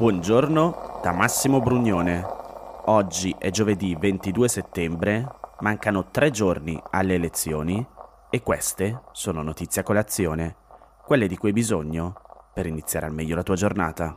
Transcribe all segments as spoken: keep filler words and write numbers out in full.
Buongiorno da Massimo Brugnone. Oggi è giovedì ventidue settembre, mancano tre giorni alle elezioni e queste sono notizie a colazione, quelle di cui hai bisogno per iniziare al meglio la tua giornata.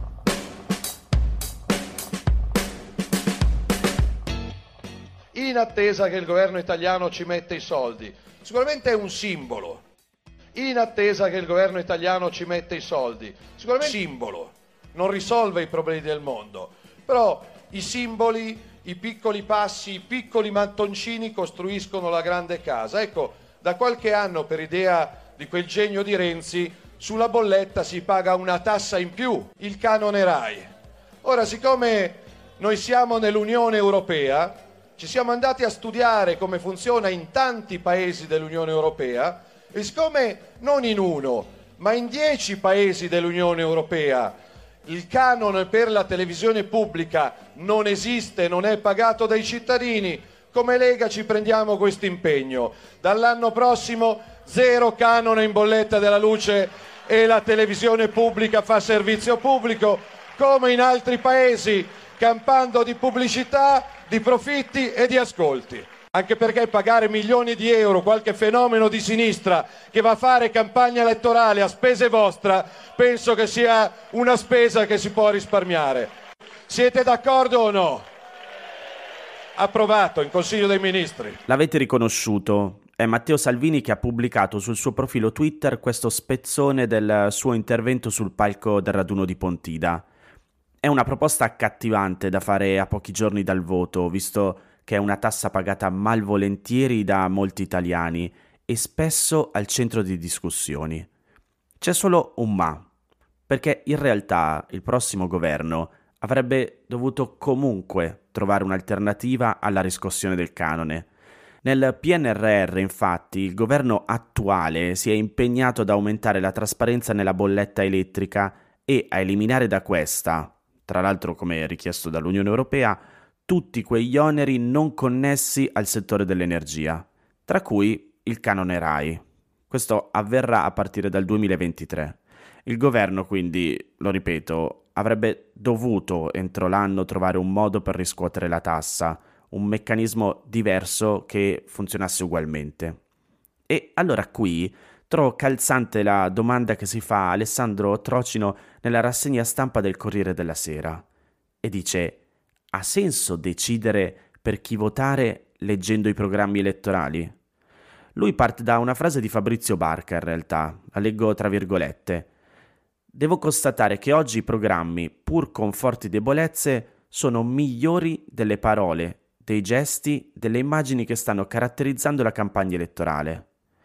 In attesa che il governo italiano ci metta i soldi, sicuramente è un simbolo. In attesa che il governo italiano ci metta i soldi, sicuramente è un simbolo. Non risolve i problemi del mondo, però i simboli, i piccoli passi, i piccoli mattoncini costruiscono la grande casa. Ecco, da qualche anno, per idea di quel genio di Renzi, sulla bolletta si paga una tassa in più, il canone RAI. Ora, siccome noi siamo nell'Unione Europea, ci siamo andati a studiare come funziona in tanti paesi dell'Unione Europea e siccome non in uno, ma in dieci paesi dell'Unione Europea il canone per la televisione pubblica non esiste, non è pagato dai cittadini, come Lega ci prendiamo questo impegno. Dall'anno prossimo zero canone in bolletta della luce e la televisione pubblica fa servizio pubblico, come in altri paesi, campando di pubblicità, di profitti e di ascolti. Anche perché pagare milioni di euro qualche fenomeno di sinistra che va a fare campagna elettorale a spese vostra, penso che sia una spesa che si può risparmiare. Siete d'accordo o no? Approvato in Consiglio dei Ministri. L'avete riconosciuto? È Matteo Salvini che ha pubblicato sul suo profilo Twitter questo spezzone del suo intervento sul palco del raduno di Pontida. È una proposta accattivante da fare a pochi giorni dal voto, visto che è una tassa pagata malvolentieri da molti italiani e spesso al centro di discussioni. C'è solo un ma, perché in realtà il prossimo governo avrebbe dovuto comunque trovare un'alternativa alla riscossione del canone. Nel P N R R, infatti, il governo attuale si è impegnato ad aumentare la trasparenza nella bolletta elettrica e a eliminare da questa, tra l'altro come richiesto dall'Unione Europea, tutti quegli oneri non connessi al settore dell'energia, tra cui il canone RAI. Questo avverrà a partire dal duemilaventitré. Il governo, quindi, lo ripeto, avrebbe dovuto entro l'anno trovare un modo per riscuotere la tassa, un meccanismo diverso che funzionasse ugualmente. E allora qui trovo calzante la domanda che si fa Alessandro Trocino nella rassegna stampa del Corriere della Sera. E dice: ha senso decidere per chi votare leggendo i programmi elettorali? Lui parte da una frase di Fabrizio Barca, in realtà, la leggo tra virgolette. Devo constatare che oggi i programmi, pur con forti debolezze, sono migliori delle parole, dei gesti, delle immagini che stanno caratterizzando la campagna elettorale.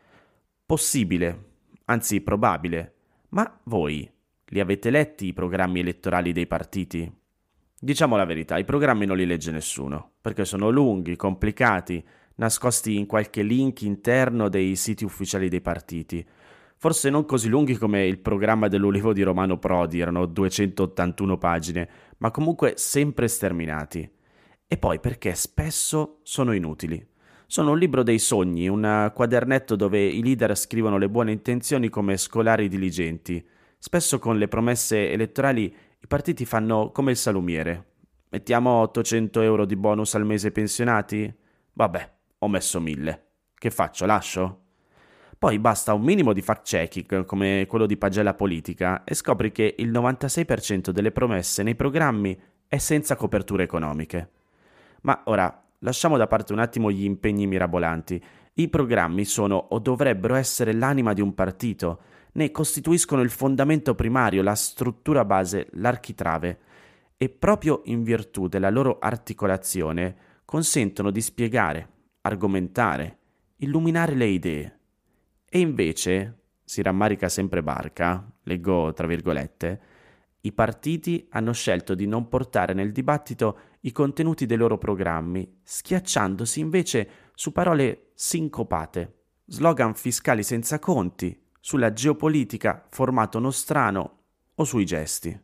Possibile, anzi probabile, ma voi li avete letti i programmi elettorali dei partiti? Diciamo la verità, i programmi non li legge nessuno, perché sono lunghi, complicati, nascosti in qualche link interno dei siti ufficiali dei partiti. Forse non così lunghi come il programma dell'Ulivo di Romano Prodi, erano duecentottantuno pagine, ma comunque sempre sterminati. E poi perché spesso sono inutili. Sono un libro dei sogni, un quadernetto dove i leader scrivono le buone intenzioni come scolari diligenti. Spesso con le promesse elettorali i partiti fanno come il salumiere. Mettiamo ottocento euro di bonus al mese ai pensionati? Vabbè, ho messo mille. Che faccio, lascio? Poi basta un minimo di fact-checking come quello di Pagella Politica e scopri che il novantasei per cento delle promesse nei programmi è senza coperture economiche. Ma ora, lasciamo da parte un attimo gli impegni mirabolanti. I programmi sono o dovrebbero essere l'anima di un partito, ne costituiscono il fondamento primario, la struttura base, l'architrave, e proprio in virtù della loro articolazione consentono di spiegare, argomentare, illuminare le idee. E invece, si rammarica sempre Barca, leggo tra virgolette, i partiti hanno scelto di non portare nel dibattito i contenuti dei loro programmi, schiacciandosi invece su parole sincopate, slogan fiscali senza conti, sulla geopolitica, formato nostrano o sui gesti.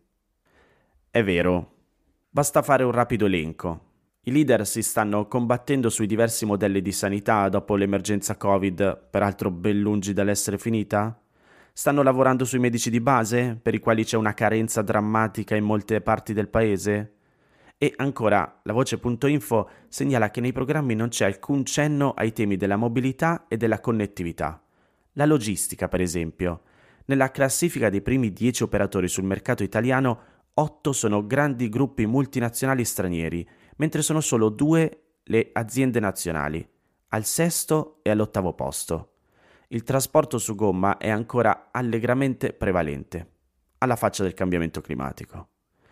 È vero, basta fare un rapido elenco. I leader si stanno combattendo sui diversi modelli di sanità dopo l'emergenza Covid, peraltro ben lungi dall'essere finita. Stanno lavorando sui medici di base, per i quali c'è una carenza drammatica in molte parti del paese? E ancora, la voce.info segnala che nei programmi non c'è alcun cenno ai temi della mobilità e della connettività. La logistica, per esempio. Nella classifica dei primi dieci operatori sul mercato italiano, otto sono grandi gruppi multinazionali stranieri, mentre sono solo due le aziende nazionali, al sesto e all'ottavo posto. Il trasporto su gomma è ancora allegramente prevalente, alla faccia del cambiamento climatico.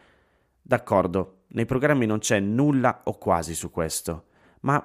D'accordo, nei programmi non c'è nulla o quasi su questo, ma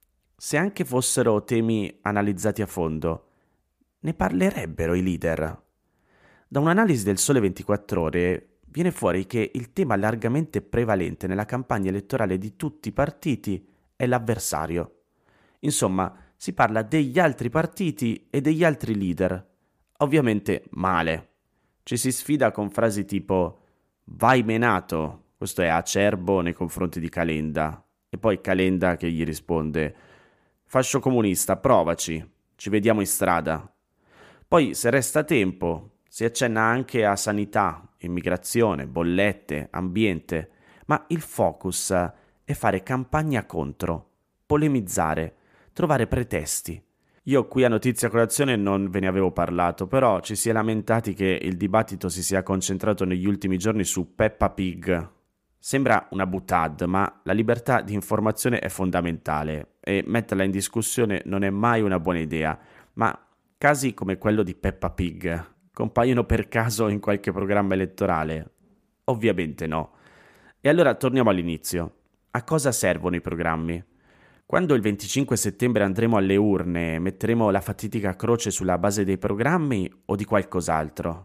se anche fossero temi analizzati a fondo, ne parlerebbero i leader. Da un'analisi del Sole ventiquattro Ore viene fuori che il tema largamente prevalente nella campagna elettorale di tutti i partiti è l'avversario. Insomma, si parla degli altri partiti e degli altri leader. Ovviamente male. Ci si sfida con frasi tipo «Vai menato», questo è acerbo nei confronti di Calenda, e poi Calenda che gli risponde «Fascio comunista, provaci, ci vediamo in strada». Poi, se resta tempo, si accenna anche a sanità, immigrazione, bollette, ambiente, ma il focus è fare campagna contro, polemizzare, trovare pretesti. Io qui a Notizia Colazione non ve ne avevo parlato, però ci si è lamentati che il dibattito si sia concentrato negli ultimi giorni su Peppa Pig. Sembra una boutade, ma la libertà di informazione è fondamentale e metterla in discussione non è mai una buona idea, ma casi come quello di Peppa Pig compaiono per caso in qualche programma elettorale? Ovviamente no. E allora torniamo all'inizio. A cosa servono i programmi? Quando il venticinque settembre andremo alle urne, metteremo la fatidica croce sulla base dei programmi o di qualcos'altro?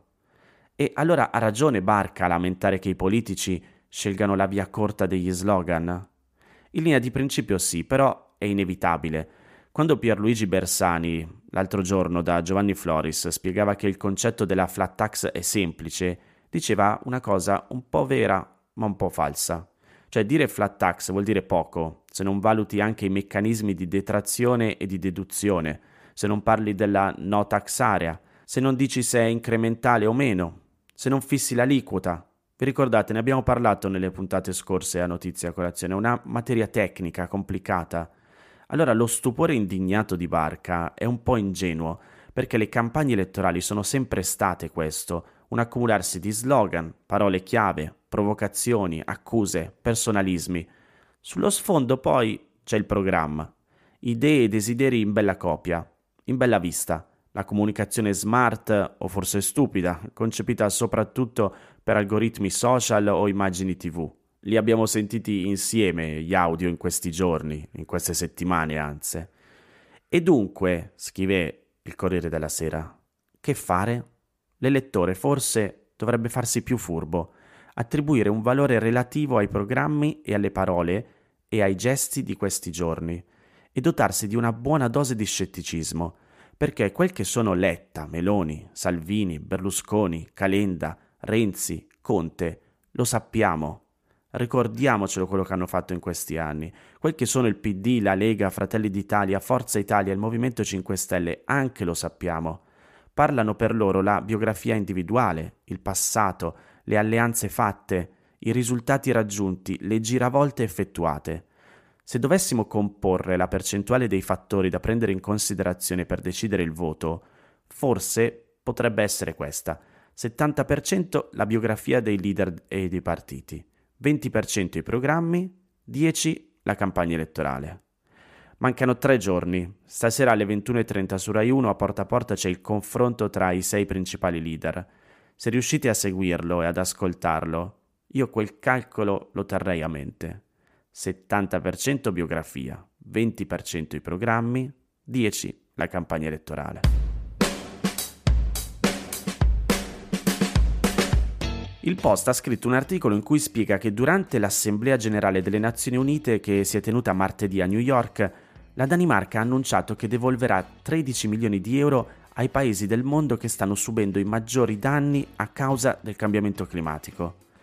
E allora ha ragione Barca a lamentare che i politici scelgano la via corta degli slogan? In linea di principio sì, però è inevitabile. Quando Pierluigi Bersani, l'altro giorno da Giovanni Floris, spiegava che il concetto della flat tax è semplice, diceva una cosa un po' vera ma un po' falsa. Cioè dire flat tax vuol dire poco, se non valuti anche i meccanismi di detrazione e di deduzione, se non parli della no tax area, se non dici se è incrementale o meno, se non fissi l'aliquota. Vi ricordate, ne abbiamo parlato nelle puntate scorse a Notizia Colazione, è una materia tecnica, complicata. Allora lo stupore indignato di Barca è un po' ingenuo, perché le campagne elettorali sono sempre state questo, un accumularsi di slogan, parole chiave, provocazioni, accuse, personalismi. Sullo sfondo poi c'è il programma, idee e desideri in bella copia, in bella vista, la comunicazione smart o forse stupida, concepita soprattutto per algoritmi social o immagini tivù. Li abbiamo sentiti insieme gli audio in questi giorni, in queste settimane anzi. E dunque, scrive il Corriere della Sera, che fare? L'elettore forse dovrebbe farsi più furbo, attribuire un valore relativo ai programmi e alle parole e ai gesti di questi giorni e dotarsi di una buona dose di scetticismo, perché quel che sono Letta, Meloni, Salvini, Berlusconi, Calenda, Renzi, Conte, lo sappiamo. Ricordiamocelo quello che hanno fatto in questi anni. Quel che sono il P D, la Lega, Fratelli d'Italia, Forza Italia e il Movimento cinque Stelle anche lo sappiamo. Parlano per loro la biografia individuale, il passato, le alleanze fatte, i risultati raggiunti, le giravolte effettuate. Se dovessimo comporre la percentuale dei fattori da prendere in considerazione per decidere il voto, forse potrebbe essere questa: settanta per cento la biografia dei leader e dei partiti, venti per cento i programmi, dieci per cento la campagna elettorale. Mancano tre giorni. Stasera alle ventuno e trenta su Rai uno a Porta a Porta c'è il confronto tra i sei principali leader. Se riuscite a seguirlo e ad ascoltarlo, io quel calcolo lo terrei a mente. settanta per cento biografia, venti per cento i programmi, dieci per cento la campagna elettorale. Il Post ha scritto un articolo in cui spiega che durante l'Assemblea Generale delle Nazioni Unite che si è tenuta martedì a New York, la Danimarca ha annunciato che devolverà tredici milioni di euro ai paesi del mondo che stanno subendo i maggiori danni a causa del cambiamento climatico.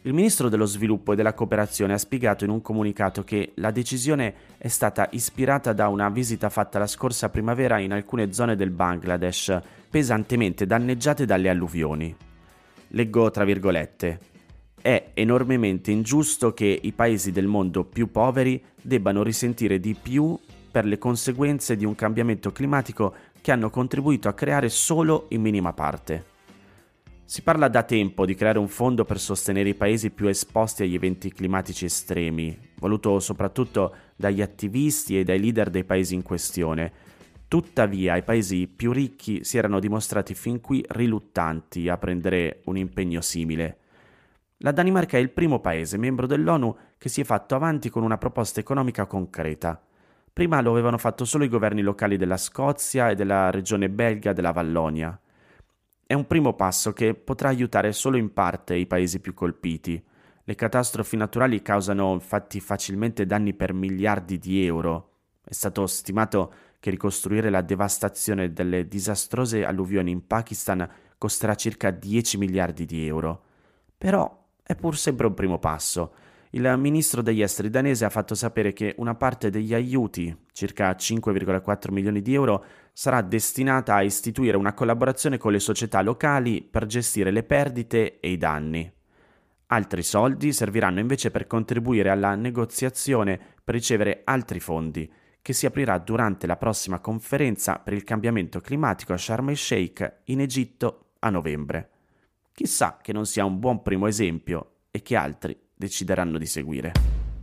Il ministro dello sviluppo e della cooperazione ha spiegato in un comunicato che la decisione è stata ispirata da una visita fatta la scorsa primavera in alcune zone del Bangladesh pesantemente danneggiate dalle alluvioni. Leggo tra virgolette: è enormemente ingiusto che i paesi del mondo più poveri debbano risentire di più per le conseguenze di un cambiamento climatico che hanno contribuito a creare solo in minima parte. Si parla da tempo di creare un fondo per sostenere i paesi più esposti agli eventi climatici estremi, voluto soprattutto dagli attivisti e dai leader dei paesi in questione. Tuttavia, i paesi più ricchi si erano dimostrati fin qui riluttanti a prendere un impegno simile. La Danimarca è il primo paese membro dell'ONU che si è fatto avanti con una proposta economica concreta. Prima lo avevano fatto solo i governi locali della Scozia e della regione belga della Vallonia. È un primo passo che potrà aiutare solo in parte i paesi più colpiti. Le catastrofi naturali causano infatti facilmente danni per miliardi di euro. È stato stimato che ricostruire la devastazione delle disastrose alluvioni in Pakistan costerà circa dieci miliardi di euro. Però è pur sempre un primo passo. Il ministro degli esteri danese ha fatto sapere che una parte degli aiuti, circa cinque virgola quattro milioni di euro, sarà destinata a istituire una collaborazione con le società locali per gestire le perdite e i danni. Altri soldi serviranno invece per contribuire alla negoziazione per ricevere altri fondi, che si aprirà durante la prossima conferenza per il cambiamento climatico a Sharm el-Sheikh in Egitto a novembre. Chissà che non sia un buon primo esempio e che altri decideranno di seguire.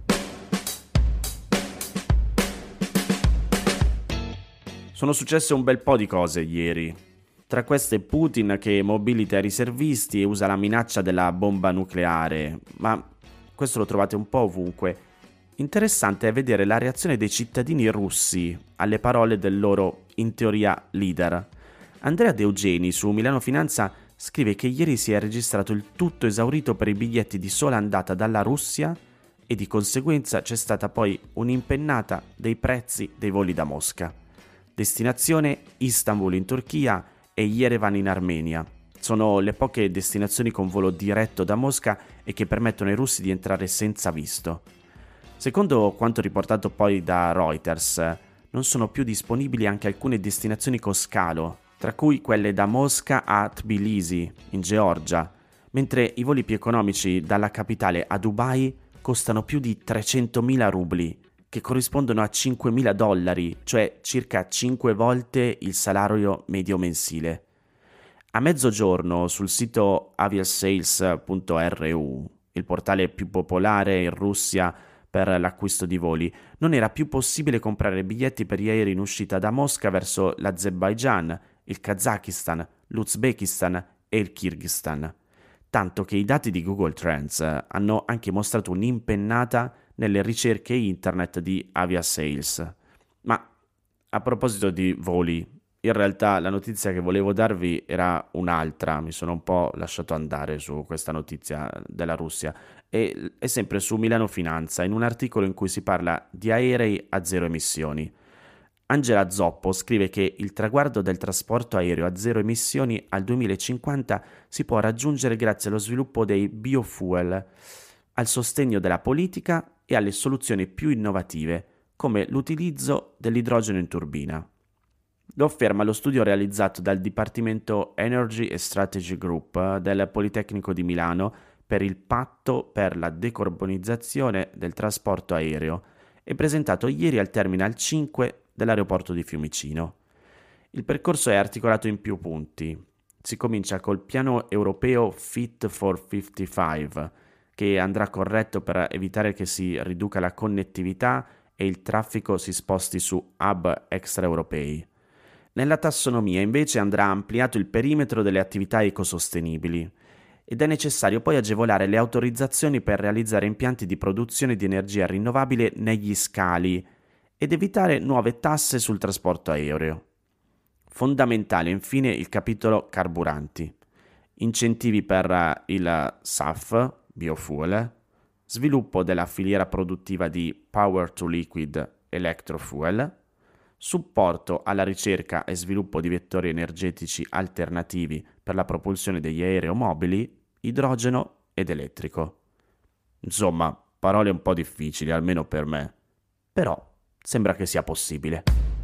Sono successe un bel po' di cose ieri. Tra queste Putin che mobilita i riservisti e usa la minaccia della bomba nucleare, ma questo lo trovate un po' ovunque. Interessante è vedere la reazione dei cittadini russi alle parole del loro, in teoria, leader. Andrea De Eugeni su Milano Finanza scrive che ieri si è registrato il tutto esaurito per i biglietti di sola andata dalla Russia e di conseguenza c'è stata poi un'impennata dei prezzi dei voli da Mosca. Destinazione Istanbul in Turchia e Yerevan in Armenia. Sono le poche destinazioni con volo diretto da Mosca e che permettono ai russi di entrare senza visto. Secondo quanto riportato poi da Reuters, non sono più disponibili anche alcune destinazioni con scalo, tra cui quelle da Mosca a Tbilisi, in Georgia, mentre i voli più economici dalla capitale a Dubai costano più di trecentomila rubli, che corrispondono a cinquemila dollari, cioè circa cinque volte il salario medio mensile. A mezzogiorno sul sito aviasales punto r u, il portale più popolare in Russia per l'acquisto di voli, non era più possibile comprare biglietti per gli aerei in uscita da Mosca verso l'Azerbaigian, il Kazakistan, l'Uzbekistan e il Kirghizistan, tanto che i dati di Google Trends hanno anche mostrato un'impennata nelle ricerche internet di Aviasales. Ma a proposito di voli, in realtà la notizia che volevo darvi era un'altra, mi sono un po' lasciato andare su questa notizia della Russia, e è sempre su Milano Finanza, in un articolo in cui si parla di aerei a zero emissioni. Angela Zoppo scrive che il traguardo del trasporto aereo a zero emissioni al duemilacinquanta si può raggiungere grazie allo sviluppo dei biofuel, al sostegno della politica e alle soluzioni più innovative, come l'utilizzo dell'idrogeno in turbina. Lo afferma lo studio realizzato dal Dipartimento Energy e Strategy Group del Politecnico di Milano per il Patto per la decarbonizzazione del trasporto aereo e presentato ieri al Terminal cinque dell'aeroporto di Fiumicino. Il percorso è articolato in più punti. Si comincia col piano europeo Fit for cinquantacinque, che andrà corretto per evitare che si riduca la connettività e il traffico si sposti su hub extraeuropei. Nella tassonomia invece andrà ampliato il perimetro delle attività ecosostenibili ed è necessario poi agevolare le autorizzazioni per realizzare impianti di produzione di energia rinnovabile negli scali ed evitare nuove tasse sul trasporto aereo. Fondamentale infine il capitolo carburanti. Incentivi per il S A F, biofuel, sviluppo della filiera produttiva di Power to Liquid Electrofuel, supporto alla ricerca e sviluppo di vettori energetici alternativi per la propulsione degli aeromobili, idrogeno ed elettrico. Insomma, parole un po' difficili, almeno per me. Però sembra che sia possibile.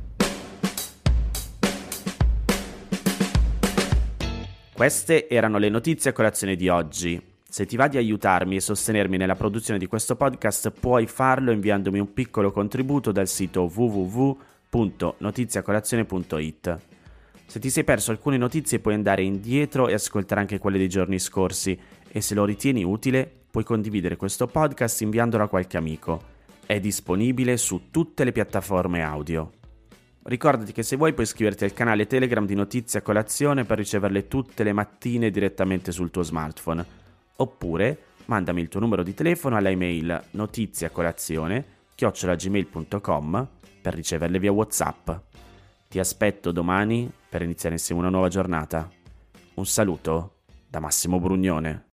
Queste erano le notizie a colazione di oggi. Se ti va di aiutarmi e sostenermi nella produzione di questo podcast, puoi farlo inviandomi un piccolo contributo dal sito w w w punto notiziacolazione punto i t. Se ti sei perso alcune notizie puoi andare indietro e ascoltare anche quelle dei giorni scorsi, e se lo ritieni utile puoi condividere questo podcast inviandolo a qualche amico. È disponibile su tutte le piattaforme audio. Ricordati che se vuoi puoi iscriverti al canale Telegram di Notizie a Colazione per riceverle tutte le mattine direttamente sul tuo smartphone. Oppure mandami il tuo numero di telefono alla email notiziacolazione chiocciola gmail punto com per riceverle via WhatsApp. Ti aspetto domani per iniziare insieme una nuova giornata. Un saluto da Massimo Brugnone.